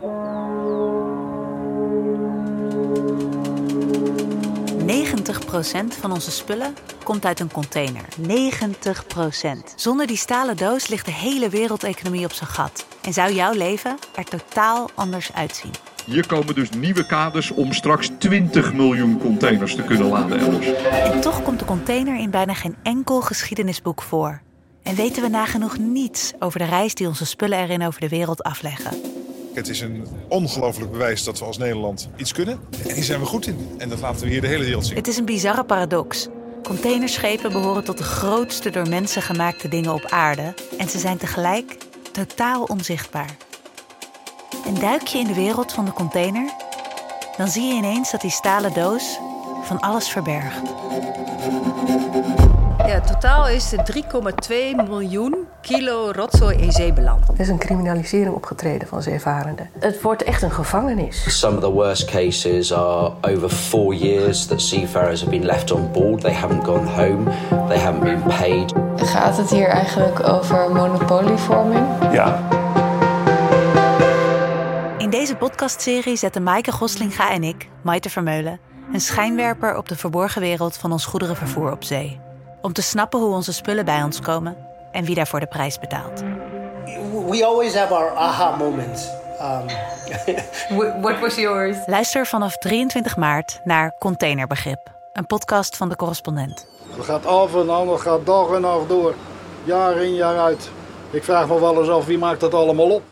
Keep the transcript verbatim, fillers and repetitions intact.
negentig procent van onze spullen komt uit een container. negentig procent. Zonder die stalen doos ligt de hele wereldeconomie op zijn gat. En zou jouw leven er totaal anders uitzien. Hier komen dus nieuwe kaders om straks twintig miljoen containers te kunnen laden elders. En toch komt de container in bijna geen enkel geschiedenisboek voor. En weten we nagenoeg niets over de reis die onze spullen erin over de wereld afleggen. Het is een ongelooflijk bewijs dat we als Nederland iets kunnen. En hier zijn we goed in. En dat laten we hier de hele wereld zien. Het is een bizarre paradox. Containerschepen behoren tot de grootste door mensen gemaakte dingen op aarde. En ze zijn tegelijk totaal onzichtbaar. En duik je in de wereld van de container, dan zie je ineens dat die stalen doos van alles verbergt. Ja, totaal is er drie komma twee miljoen kilo rotzooi in zee beland. Er is een criminalisering opgetreden van zeevarenden. Het wordt echt een gevangenis. Some of the worst cases are over four years that seafarers have been left on board. They haven't gone home. They haven't been paid. Gaat het hier eigenlijk over monopolievorming? Ja. In deze podcastserie zetten Maaike Goslinga en ik, Maite Vermeulen, een schijnwerper op de verborgen wereld van ons goederenvervoer op zee. Om te snappen hoe onze spullen bij ons komen en wie daarvoor de prijs betaalt. We always have our aha moments. Um... What was yours? Luister vanaf drieëntwintig maart naar Containerbegrip, een podcast van De Correspondent. Het gaat af en aan, het gaat dag en nacht door. Jaar in, jaar uit. Ik vraag me wel eens af, wie maakt dat allemaal op?